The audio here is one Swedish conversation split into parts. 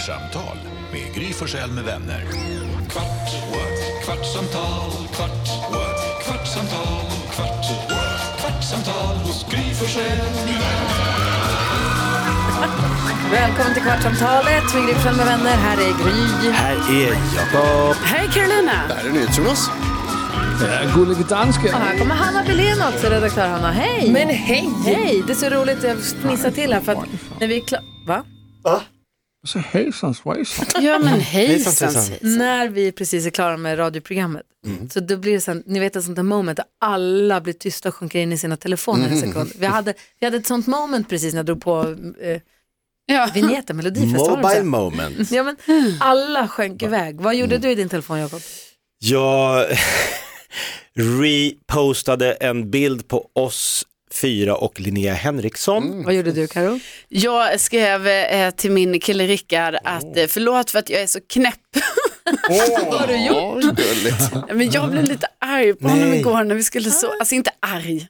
Kvartsamtal med Gry Forssell med vänner. Kvart, what? Kvartsamtal, kvart, what? Kvartsamtal, kvart, what? Kvartsamtal hos Gry Forssell med vänner. Välkommen till Kvartsamtalet med Gry Forssell med vänner. Här är Gry. Här är Jakob. Här är Carolina. Där är NyhetsJonas. Gullige danske. Och här kommer Hanna Belén också, redaktör Hanna. Hej! Men hej! Hej, det är så roligt. Jag fnissar till här för att när vi är klara... Va? Så hejsan svejsan. Ja men hejsan. När vi precis är klara med radioprogrammet så då blir det sånt, ni vet ett sånt där moment där alla blir tysta och sjunker in i sina telefoner en sekund. Vi hade ett sånt moment precis när jag drog på vignetten, Melodifestivalen. Mobile moment. Ja, men alla sjönk iväg. Vad gjorde du i din telefon, Jakob? Jag repostade en bild på oss 4 och Linnea Henriksson. Vad gjorde du, Karo? Jag skrev till min kille Rickard att förlåt för att jag är så knäpp. Vad har du gjort? Men jag blev lite arg på honom igår när vi skulle så, alltså inte arg.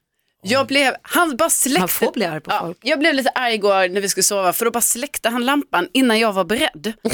Han bara släckte. Han får bli arg på folk. Jag blev lite arg igår när vi skulle sova för då bara släckte han lampan innan jag var beredd. Ja,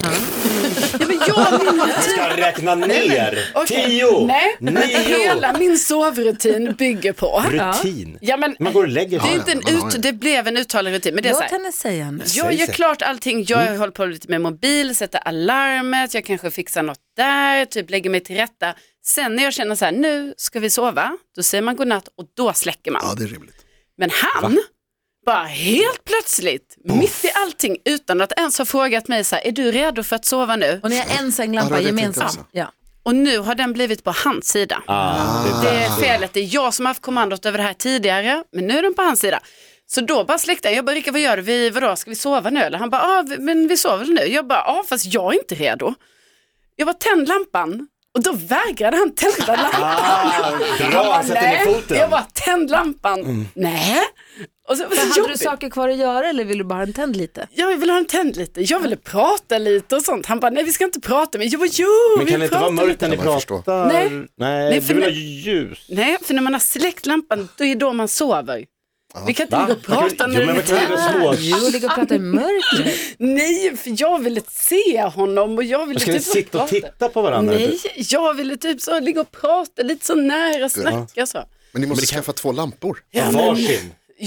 men jag ska räkna ner. 10, Nej, 9. Hela min sovrutin bygger på Rutin. Ja, men man går och lägger det, är inte det blev en uttalad rutin. Men det är Vad kan jag säga nu? jag gör klart allting. Jag håller på lite med mobil, sätter alarmet. Jag kanske fixar något där, typ lägger mig till rätta. Sen när jag känner så här, nu ska vi sova, då säger man godnatt och då släcker man. Ja, det är rimligt. Men han bara helt plötsligt, mitt i allting, utan att ens ha frågat mig så här, är du redo för att sova nu? Och ni har en sänglampa gemensamt. Ja. Och nu har den blivit på hans sida. Det är felet, det är jag som har haft kommandot över det här tidigare, men nu är den på hans sida. Så då bara släckte jag bara, Rickard, vad gör vi? Vadå, ska vi sova nu? Eller han bara, men vi sover nu. Jag bara, fast jag är inte redo. Jag bara, tänd lampan. Och då vägrade han tända lampan. Bra, sätter ner foten. Jag bara, tänd lampan. Nej. Och så, hade du saker kvar att göra eller vill du bara ha en tänd lite? Jag vill ha en tänd lite. Jag ville prata lite och sånt. Han bara, nej vi ska inte prata. Men jag bara, men kan det inte vara mörkt när ni pratar? Nej, du vill ha ljus. Nej, för när man har släckt lampan, då är då man sover. Vi kan inte ligga och prata när det är ligga och prata i mörker. Nej, för jag ville se honom och jag ville ska ni sitta och titta på varandra? Nej, jag ville typ så ligga och prata lite så nära, snacka så. Men ni måste skaffa 2 lampor. Ja, varsin.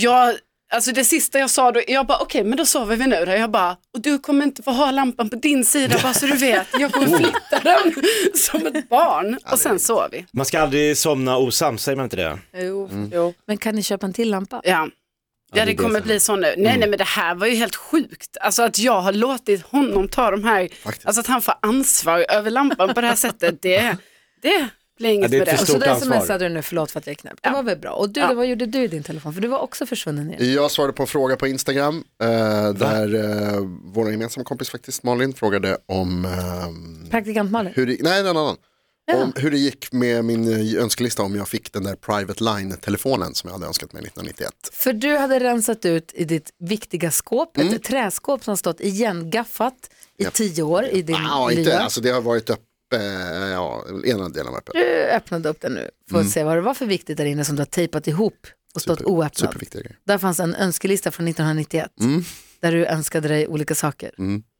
Alltså det sista jag sa då, jag bara okej, men då sover vi nu då. Jag bara, och du kommer inte få ha lampan på din sida bara så du vet. Jag kommer flytta den som ett barn och sen sover vi. Man ska aldrig somna osams, säger man inte det? Jo. Men kan ni köpa en till lampa? Ja, det kommer bli så nu. Nej, men det här var ju helt sjukt. Alltså att jag har låtit honom ta de här, alltså att han får ansvar över lampan på det här sättet, det blir inget med det. Och så där smsade du nu, förlåt för att jag är knäpp. Det var väl bra. Och du, vad gjorde du i din telefon? För du var också försvunnen igen. Jag svarade på en fråga på Instagram där vår gemensamma kompis faktiskt Malin frågade om praktikant Malin? Nej, en annan. Om hur det gick med min önskelista om jag fick den där private line-telefonen som jag hade önskat mig 1991. För du hade rensat ut i ditt viktiga skåp, ett träskåp som har stått gaffat i 10 år i din inte, alltså det har varit ena delen var öppen. Du öppnade upp den nu för att se vad det var för viktigt där inne som du har tejpat ihop och stått oöppnat. Superviktiga grejer. Där fanns en önskelista från 1991 där du önskade dig olika saker.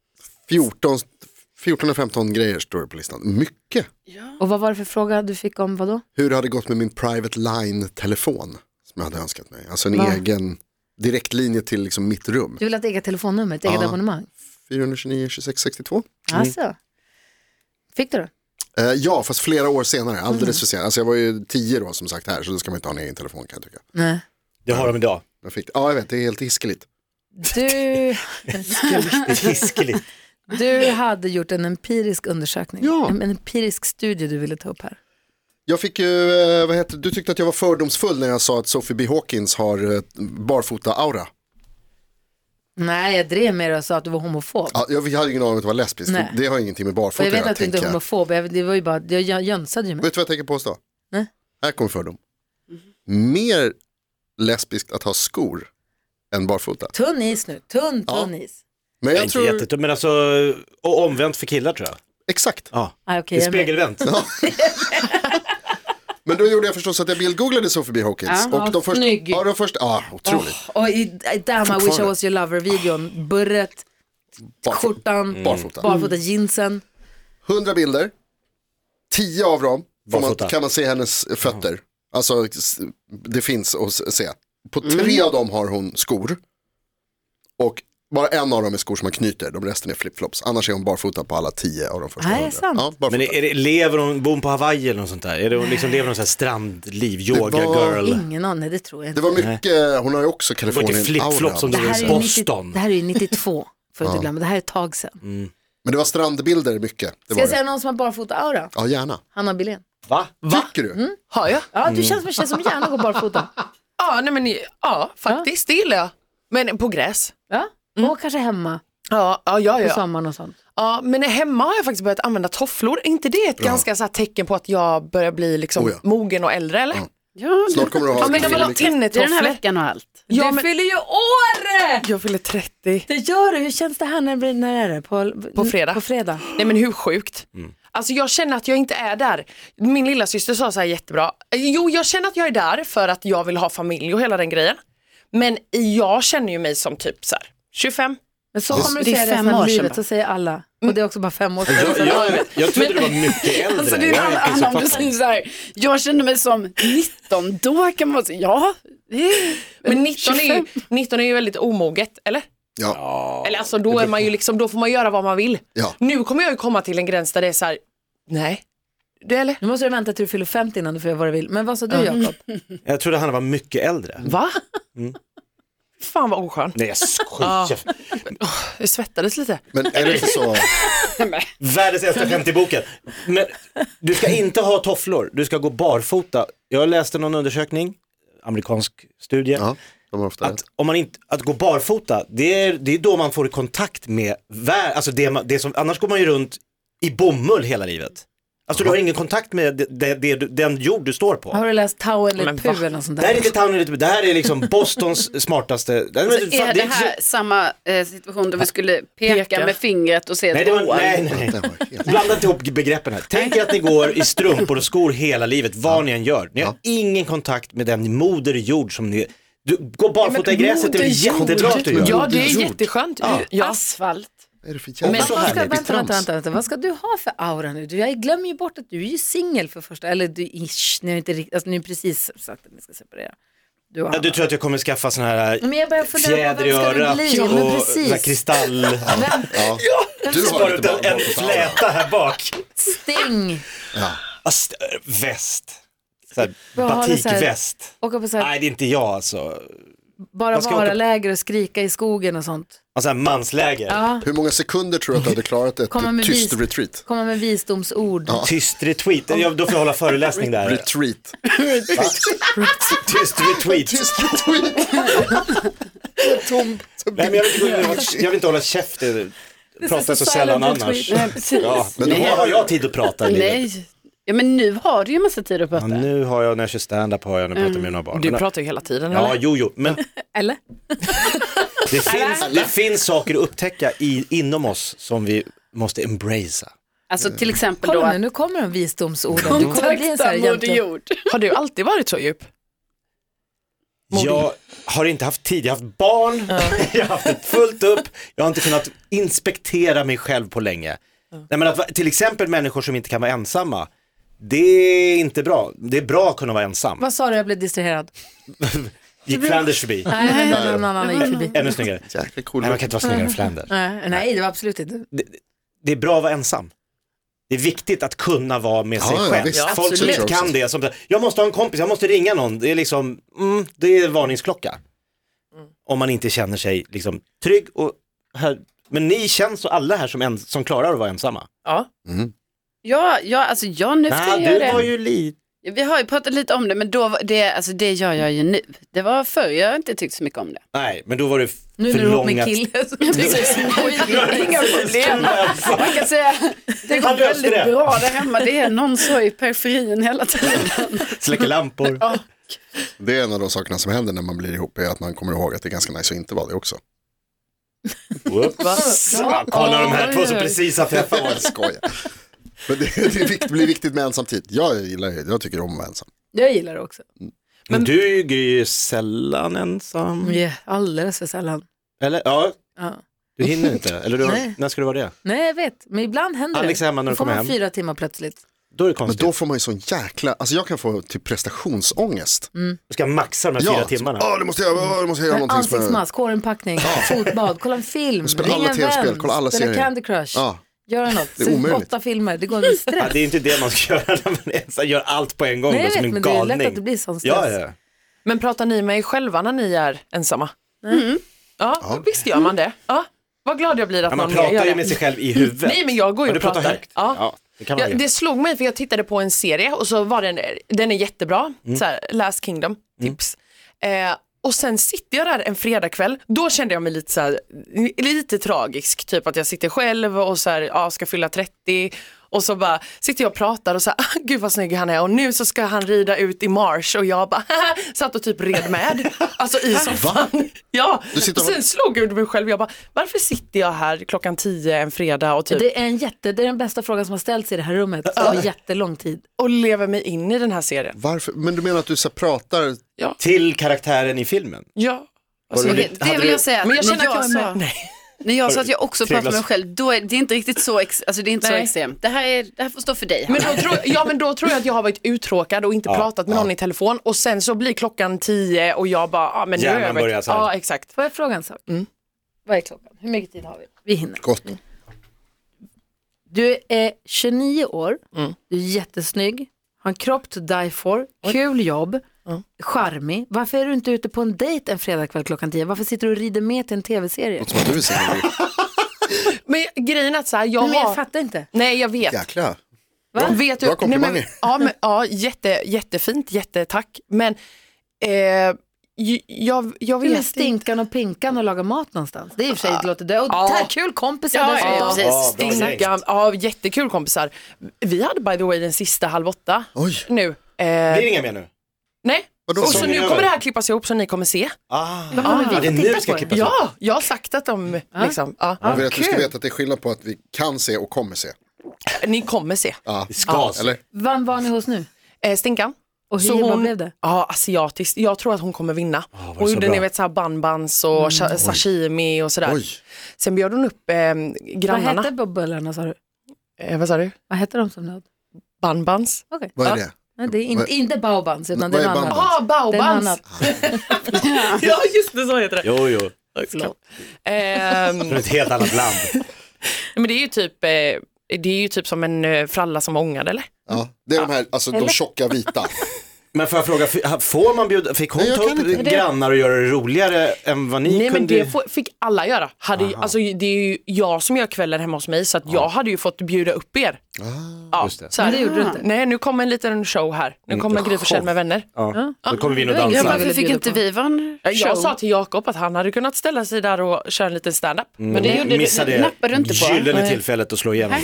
14 och 15 grejer står det på listan. Mycket. Ja. Och vad var det för fråga du fick om vad då? Hur det hade gått med min private line-telefon som jag hade önskat mig. Alltså en egen direktlinje till liksom mitt rum. Du vill ha ett eget telefonnummer, ett eget abonnemang? 429 26 62. Alltså. Fick du det? Ja, fast flera år senare, alldeles för sent. Alltså jag var ju 10 då som sagt här, så då ska man inte ha en egen telefon kan jag tycka. Nej. Det har de idag. Jag vet, det är helt hiskeligt. Hiskeligt. Du hade gjort en empirisk undersökning. Ja. En empirisk studie du ville ta upp här. Jag fick ju, du tyckte att jag var fördomsfull när jag sa att Sophie B. Hawkins har barfota-aura. Nej, jag drev med dig och sa att du var homofob. Ja, jag hade ingen aning om att det var lesbiskt. Det har ingenting med barfota att göra. Jag vet att du inte är homofob. Det var ju bara, jag jönsade ju mig. Vet du vad jag tänker påstå? Nej. Här kommer fördom. Mer lesbiskt att ha skor än barfota. Tunn is nu, tunn is. Men jag tror... Men alltså, och omvänt för killar tror jag. Exakt. Ja. Okay, det är spegelvänt. Ja. Men då gjorde jag förstås att jag bildgooglade Sophie B. Hawkins. Och de först, snygg. Ja, de först, otroligt. Och i Damn I Wish I Was Your Lover-videon, burret, skjortan, barfota jeansen. 100 bilder. 10 av dem Barfota. kan man se hennes fötter. Alltså det finns att se. På 3 av dem har hon skor. Och bara en av dem är skor som man knyter. De resten är flipflops. Annars är hon barfota på alla 10 av de första. Nej, det är sant. Ja, barfota. Men lever hon, bor hon på Hawaii eller något sånt där? Är det liksom, lever hon så här strandliv, yoga girl? Ingen aning, det tror jag inte. Det var mycket, hon har ju också Går till Kalifornien flipflops som Det du var här i är Boston. det här är ju 92, för att inte glömma. Det här är ett tag sedan. Men det var strandbilder mycket. Det Ska var jag det. säga någon som har barfota-aura? Ja, gärna. Hanna Billén. Va? Tycker du? Har jag? Ja, du känns som en tjej som gärna går barfota. Ja, nej men ja, faktiskt, det gillar jag. Men på gräs. Ja, och kanske hemma Ja, på sommaren och sånt. Ja, men hemma har jag faktiskt börjat använda tofflor. Är inte det ett ganska så här tecken på att jag börjar bli liksom mogen och äldre, eller? Ja, Snart kommer du ha... Ja, men det var det är den här tinnetofflor. veckan och allt. Ja, Du men fyller ju år! jag fyller 30. Det gör du. Hur känns det här när är det? På fredag. På fredag. Nej, men hur sjukt? Alltså jag känner att jag inte är där. Min lilla syster sa så här jättebra. Jo, jag känner att jag är där för att jag vill ha familj och hela den grejen. Men jag känner ju mig som typ så här 25. Men så kommer du Det är säga 5 resten av år sedan livet, så säger alla. Och det är också bara 5 år sedan. Jag trodde du var mycket äldre. Alltså det är alla om du säger så här, jag känner mig som 19, då kan man säga, ja. Men 19 är ju väldigt omoget, eller? Ja. Eller alltså då är man ju liksom, då får man göra vad man vill. Ja. Nu kommer jag ju komma till en gräns där det är så här, nej. Det eller? Nu måste du vänta till du fyller 50 innan du får göra vad du vill. Men vad sa du, Jakob? Jag trodde han var mycket äldre. Va? Fan vad oskön. Nej, jag skojar. Jag svettades lite. Men är det inte så... Världens äldsta skämt i boken. Men du ska inte ha tofflor, du ska gå barfota. Jag läste någon undersökning, amerikansk studie, Ja, de har ofta att om man inte, att gå barfota, det är då man får kontakt med alltså det som, annars går man ju runt i bomull hela livet. Alltså du har ingen kontakt med den jord du står på. Har du läst Tao eller Men Pu va? eller något sånt Det här där? är inte Town eller det här är liksom Bostons smartaste. Är det här samma situation där vi skulle peka med fingret och se Nej, ett det var, hål? nej. Det var helt... Blanda inte ihop begreppen här. Tänk er att ni går i strumpor och skor hela livet, vad ni än gör. Ni har ingen kontakt med den moder jord som ni... Du går barfota i gräset, det är jättebra att du gör. Ja, det är jätteskönt. Ja. Asfalt. Är det för jävla Men vad ska, härligt trams? vänta, vad ska du ha för aura nu? Jag glömmer ju bort att du är ju singel för första, eller du ish, ni har inte riktigt, alltså ni har precis sagt att ni ska separera. Du, och Ja, du tror att jag kommer skaffa såna här men jag börjar fundera på fjäder i vem ska det örat bli? Men och precis. så här kristall. Du har Bara lite en fläta här bak. Sting. Väst. Så här, Vad har du så här- batikväst. Åka på så här, Nej, det är inte jag alltså. bara vad ska jag vara åka- läger och skrika i skogen och sånt. Alltså en mansläger. Ja, Hur många sekunder tror du att du hade klarat ett Komma med tyst vis- retreat? komma med visdomsord. Tyst retweet. Då får jag hålla föreläsning där. Retreat. Tyst retweet. Tyst retreat. Tom. Nej, men jag vill inte hålla käft. Pratar så sällan annars. Nej, precis. Ja, men då Nej. har jag tid att prata i livet. Nej. Ja, men nu har du ju massa tid att prata. Ja, nu har jag, när jag kör stand-up har jag, när jag pratar med mina barn. Du pratar ju hela tiden. Ja, eller? jo, men Eller? det finns saker att upptäcka inom oss som vi måste embracea. Alltså till exempel då Kolla nu kommer de visdomsorden. Du kommer bli en så här kontakta Moder egentligen. Jord. Har du alltid varit så djup? Jag har inte haft tid, jag har haft barn, jag har haft det fullt upp, jag har inte kunnat inspektera mig själv på länge. Nej, men att, till exempel människor som inte kan vara ensamma, det är inte bra. Det är bra att kunna vara ensam. Vad sa du? Jag blev distraherad. Gick Flanders förbi? Nej, någon annan gick förbi. Ännu snyggare. Jäkla cool. Nej, man kan inte vara snyggare än Flanders. Nej, det var absolut inte. Det är bra att vara ensam. Det är viktigt att kunna vara med sig Ja, ja, själv. visst. Folk som Absolut. inte kan det, som jag måste ha en kompis, jag måste ringa någon. Det är liksom, det är varningsklocka. Om man inte känner sig liksom trygg och här. Men ni känns så alla här som klarar att vara ensamma. Ja. Ja, alltså jag nu ska Nej, jag du göra var det. ju lite. Vi har ju pratat lite om det, men då, det gör jag ju nu. Det var förr, jag har inte tyckt så mycket om det. Nej, men då var det Nu är för du ihop med långa. kille. Inga problem. Man kan säga, det går Han löste väldigt det. bra där hemma. Det är någon så i periferin hela tiden. Släcker lampor. Det är en av de sakerna som händer när man blir ihop, är att man kommer ihåg att det är ganska nice att inte vara det också. Kolla de här två så precis har träffat Jag oss. skojar. Men det blir viktigt med ensamtid. Jag tycker om att vara ensam. Jag gillar det också. Men du är ju sällan ensam. Yeah, alldeles för sällan. Eller? Ja. Ja. Du hinner inte, eller när ska det vara det? Nej, jag vet, men ibland händer Alex det. är hemma när du får kommer man hem. 4 timmar plötsligt. Då är det Men konstigt. då får man ju sån jäkla, alltså jag kan få typ prestationsångest. Du ska maxa de här 4 timmarna. Det måste jag göra någonting som är... Ansiktsmask, hårinpackning, fotbad, kolla en film, Spela alla tv-spel, kolla alla serier. Candy Crush, Ja. göra något, Det är se omöjligt. 8 filmer, det går med stress. Ja, det är inte det man ska göra när man gör allt på en gång. Nej, då, jag som vet, en men det är galning. lätt att det blir sån stress. Ja. Men pratar ni med er själva när ni är ensamma? Ja, visst gör man det. Ja. Vad glad jag blir att Ja, man någon mer pratar gör ju det. med sig själv i huvudet. Nej, men jag går ju Du och pratar pratar. högt. Ja. Det kan man Ja, ju. det slog mig för jag tittade på en serie och så var den är jättebra, så här, Last Kingdom, tips. Och sen sitter jag där en fredagkväll, då kände jag mig lite så här, lite tragisk, typ att jag sitter själv och så här, ska fylla 30 och så bara sitter jag och pratar och så här, gud vad snygg han är och nu så ska han rida ut i marsch och jag bara satt och typ red med, alltså i soffan. Ja, och sen slog jag mig själv, jag bara, varför sitter jag här klockan 10 en fredag och typ Det är den bästa frågan som har ställts i det här rummet på jättelång tid. och lever mig in i den här serien. Varför? Men du menar att du så pratar... Till karaktären i filmen. Ja. Alltså, det vill jag säga. Men jag känner när att jag är med. Nej. När jag sa att jag också pratar med mig Trevligt. själv, då är det inte riktigt så, alltså det är inte så Nej. extremt. Det här får stå för dig. Men då tror jag att jag har varit uttråkad och inte pratat med någon i telefon och sen så blir klockan 10 och jag bara, men nu är Hjärnan jag börjar så här. Ja, exakt. Får jag fråga en sak? Vad är klockan? Hur mycket tid har vi? Vi hinner. Gott. Du är 29 år, du är jättesnygg, har en kropp to die for, kul jobb, charmig. Varför är du inte ute på en dejt en fredagkväll klockan 10? Varför sitter du och rider med till en tv-serie? Som att du vill säga Men grejen är att så här, jag Nej, men jag har... fattar inte. Nej, jag vet. jäkla. Vet Bra du? komplimanger. Jättefint, jättetack. Men jag Hur är vet Stinkan och Pinkan och laga mat någonstans? Det är i och för sig låter det. Och kul kompisar. Ja, dessutom. ja, precis. bra gäng. Stinkan, jättekul kompisar. Vi hade by the way den sista 7:30 Oj. nu. Blir det inga mer nu? Nej. Vadå? Och så Säsongen nu är kommer över. det här klippas ihop så ni kommer se. Men vi det är får nu titta vi ska på det. klippa. Ja, jag har sagt att de liksom, Jag vill att du ska veta att det är skillnad på att vi kan se och kommer se. ni kommer se. Ja. Vi ska se. Eller? Vem var ni hos nu? Stinkan. Och Så vad hon- blev det? Ja, asiatiskt. Jag tror att hon kommer vinna. det Hon så gjorde bra? ni vet så här banbans och sashimi och sådär. Oj. Sen bjöd hon upp Vad grannarna. hette bullarna sa du? Vad sa du? Vad hette de som nöd? Banbans. Okej. Vad är det? Nej, det är Vad- inte baobans utan Vad det är är något annat. baobans? Det är något Baobans. annat. Ja, just det, så heter det. Jo. Förlåt. Från ett helt annat land. Men det är ju typ som en fralla som ångad, eller? Ja, det är de här, alltså de tjocka vita. Men får jag fråga, får man bjuda, fick hon Nej, jag ta kan upp inte. grannar och göra det roligare än vad ni Nej, men kunde? det fick alla göra. Alltså, det är ju jag som gör kvällen hemma hos mig så att jag hade ju fått bjuda upp er. Ja, Just det. så här. Men det gjorde du inte. Nej, nu kommer en liten show här. Nu kommer Gry Forssell med vänner. Ja. Då kommer vi in och Ja, Ja, dansa. men- varför ville fick bjuda inte på. vi vara en show? Jag sa till Jakob att han hade kunnat ställa sig där och köra en liten stand-up. Men det gjorde Missade nappade du inte på. gyllene Nej. tillfället att slå igenom.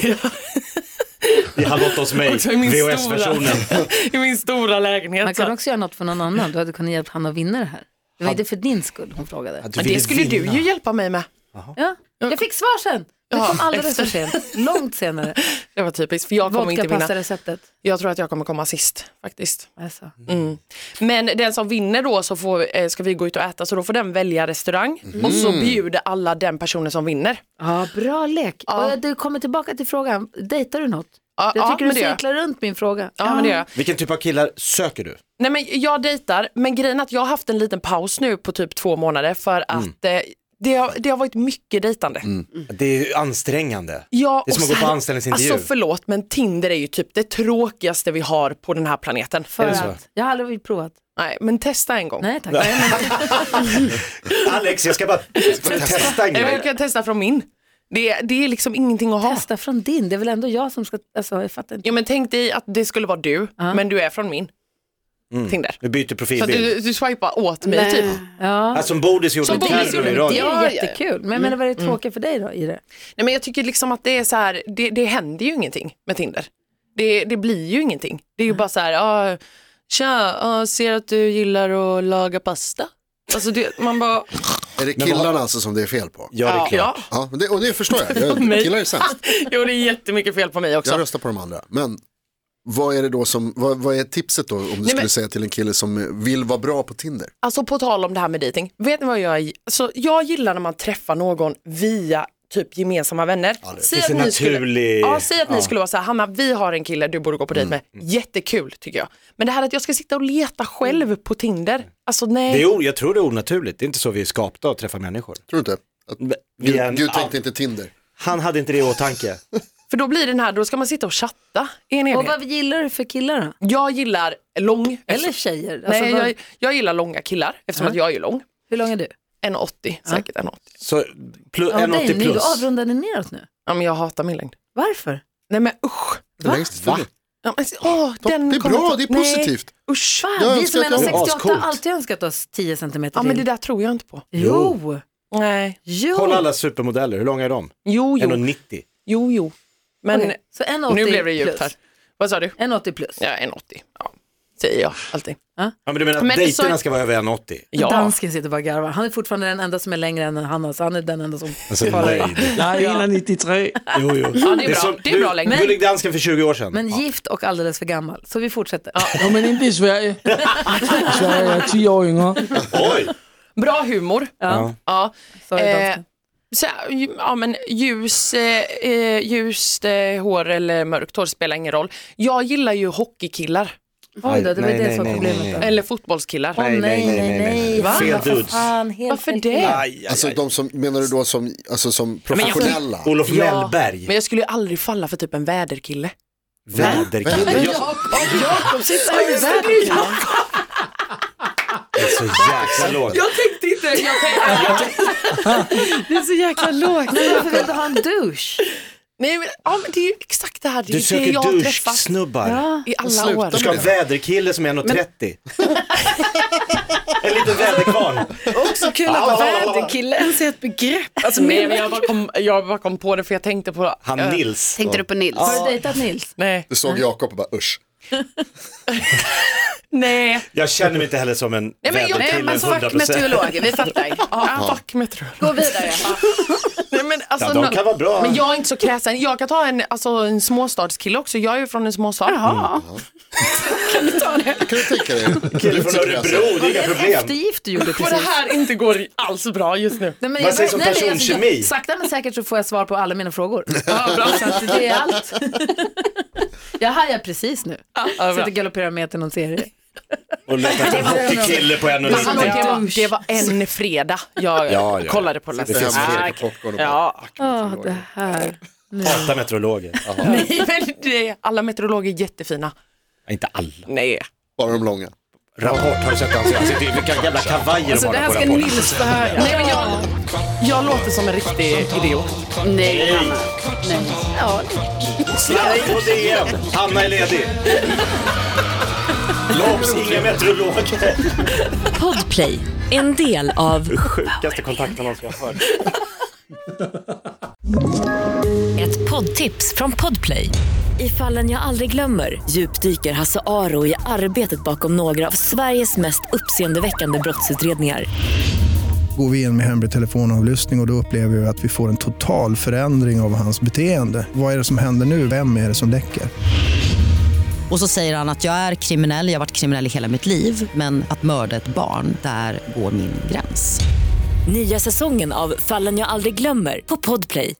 I Halv 8 hos mig, Också i min VHS-versionen. I min stora lägenhet. Man kan så. också göra något för någon annan. Du hade kunnat hjälpa han att vinna det här. Det var inte för din skull hon frågade. Men det skulle du ju hjälpa mig med. Ja, jag fick svar sen. Det Ja, kom alldeles efter. för sent. Långt senare. Det var typiskt, för jag kommer inte vinna. Vodka-pasta-receptet. Jag tror att jag kommer komma sist faktiskt. Alltså. Men den som vinner då så ska vi gå ut och äta, så då får den välja restaurang och så bjuder alla den personen som vinner. Ja, bra lek. Ja. Och du kommer tillbaka till frågan. Dejtar du något? Ja, Jag tycker men du det gör jag. cirklar runt min fråga. Ja, men det gör jag. Vilken typ av killar söker du? Nej, men jag dejtar, men grejen är att jag har haft en liten paus nu på typ 2 månader för att det har varit mycket dejtande. Det är ju ansträngande. Ja, Det är som och att gå så på här- anställningsintervju. Alltså förlåt, men Tinder är ju typ det tråkigaste vi har på den här planeten. För Är det så? att jag har aldrig provat. Nej, men testa en gång. Nej tack. Alex, jag ska bara testa en Jag grej. kan testa från min. Det är liksom ingenting att ha. Testa från din. Det är väl ändå jag som ska... Alltså, jag fattar inte. Ja, men tänk dig att det skulle vara du, men du är från min Tinder. Vi byter Så att profilbild. du swipar åt mig Nej. typ. Ja. Alltså, som Bodis gjorde Som med Bodis Carro gjorde i med radio. Det är Ja, ju jättekul. Men jag menar, vad är det tråkiga för dig då i det? Nej, men jag tycker liksom att det är så här, det händer ju ingenting med Tinder. Det blir ju ingenting. Det är ju bara så här, tja, ser att du gillar att laga pasta. Alltså man bara, Är det killarna alltså som det är fel på? Ja, det är klart. ja. Ja, och det förstår jag. Nej. Killar är sämst. Jo, det är jättemycket fel på mig också. Jag röstar på de andra. Men vad är det då som, vad är tipset då om du skulle säga till en kille som vill vara bra på Tinder? Alltså på tal om det här med dating. Vet ni vad jag gillar när man träffar någon via typ gemensamma vänner. Säg att ni skulle vara så här, Hanna, vi har en kille du borde gå på dejt med. Jättekul tycker jag. Men det här att jag ska sitta och leta själv på Tinder. Alltså nej. Jag tror det är onaturligt. Det är inte så vi är skapta att träffa människor. Tror du inte? Gud tänkte inte Tinder. Han hade inte det i åtanke. För då blir den här, då ska man sitta och chatta i en enhet. Och vad gillar du för killar då? Jag gillar lång. Eller tjejer? Alltså, Nej, jag gillar långa killar eftersom att jag är lång. Hur lång är du? 1,80, säkert 1,80. Så 1,80 plus. Du avrundar ni neråt nu? Ja, men jag hatar min längd. Varför? Nej men usch. Va? Ja, men, det är bra, det är positivt. Usch. Vi som är 1,68 har alltid önskat oss 10 centimeter till. Ja, men det där tror jag inte på. Jo. Nej. Kolla alla supermodeller, hur långa är de? Jo. 1,90. Jo. Men okay. Så 1,80 nu blev det djupt här. Vad sa du? 1,80 plus. Ja, 1,80. Ja, säger jag alltid. Ja, men du menar att dejterna ska vara över 1,80? Ja. Dansken sitter bara och garvar. Han är fortfarande den enda som är längre än Hanna, så han är den enda som... Alltså, Nej, 1,93. Jo. Ja, det är bra. Det är bra längre. Gullig dansken för 20 år sedan. Men gift och alldeles för gammal. Så vi fortsätter. Ja, men inte i Sverige. I Sverige är 10 år yngre. Oj! Bra humor. Ja. Så, ja, men ljust hår eller mörkt hår spelar ingen roll. Jag gillar ju hockeykillar. Oj då, det var det som var problemet. Eller fotbollskillar. Nej. Va? Fel dudes. Varför det? Alltså de som, menar du då som professionella? Olof Mellberg. Men jag skulle ju aldrig falla för typ en väderkille. Väderkille? Jakob sitter här i väderkille. Det är så jäkla lågt. Jag tänkte inte. Det är så jäkla lågt. Men varför vill du ha en douche? Nej, men det är ju exakt det här. Det du söker douche-snubbar i alla år. Du ska ha en väderkille som är 1,30. En liten väderkvarn. Också kul att väderkille ens är ett begrepp. Alltså, nej, men jag bara kom på det för jag tänkte på... Nils. Tänkte du på Nils? Har du dejtat Nils? Nej. Du såg Jakob och bara usch. Nej. Jag känner mig inte heller som en väderkille 100%. Fuck meteorologer, vi fattar. Fuck meteorologer. Gå vidare. Nej, men alltså, de kan vara bra. Men jag är inte så kräsen. Jag kan ta en småstadskille också. Jag är ju från en småstad. Jaha. Kan du tänka dig? Kille från Örebro, det är inga problem. Eftergift du gjorde precis. För det här inte går alls bra just nu. Nej, men vad sägs om personkemi? Sakta men säkert så får jag svar på alla mina frågor. Ja, bra. Så att det är allt. Jag hajar precis nu. Sitter och galopperar med till någon serie. Och letar efter en hockeykille på 1,90. Det var en fredag. Jag kollade på det. Det här. Hata meteorologer. Nej, men alla meteorologer är jättefina. Inte alla. Nej. Bara de långa. Rapport, har du sett han sitter i vilka jävla kavajer Alltså det här ska Nils få höra. Nej, men jag låter som en riktig idiot. Nej, Hanna. Nej. Ja. Snabbt på DM. Hanna är ledig. Lobs, inga meteorologer. Podplay, en del av sjukaste kontakten jag har hört. Ett poddtips från Podplay. I Fallen jag aldrig glömmer djupdyker Hasse Aro i arbetet bakom några av Sveriges mest uppseendeväckande brottsutredningar. Går vi in med hemlig telefonavlyssning och då upplever vi att vi får en total förändring av hans beteende. Vad är det som händer nu? Vem är det som läcker? Och så säger han att jag är kriminell, jag har varit kriminell i hela mitt liv. Men att mörda ett barn, där går min gräns. Nya säsongen av Fallen jag aldrig glömmer på Podplay.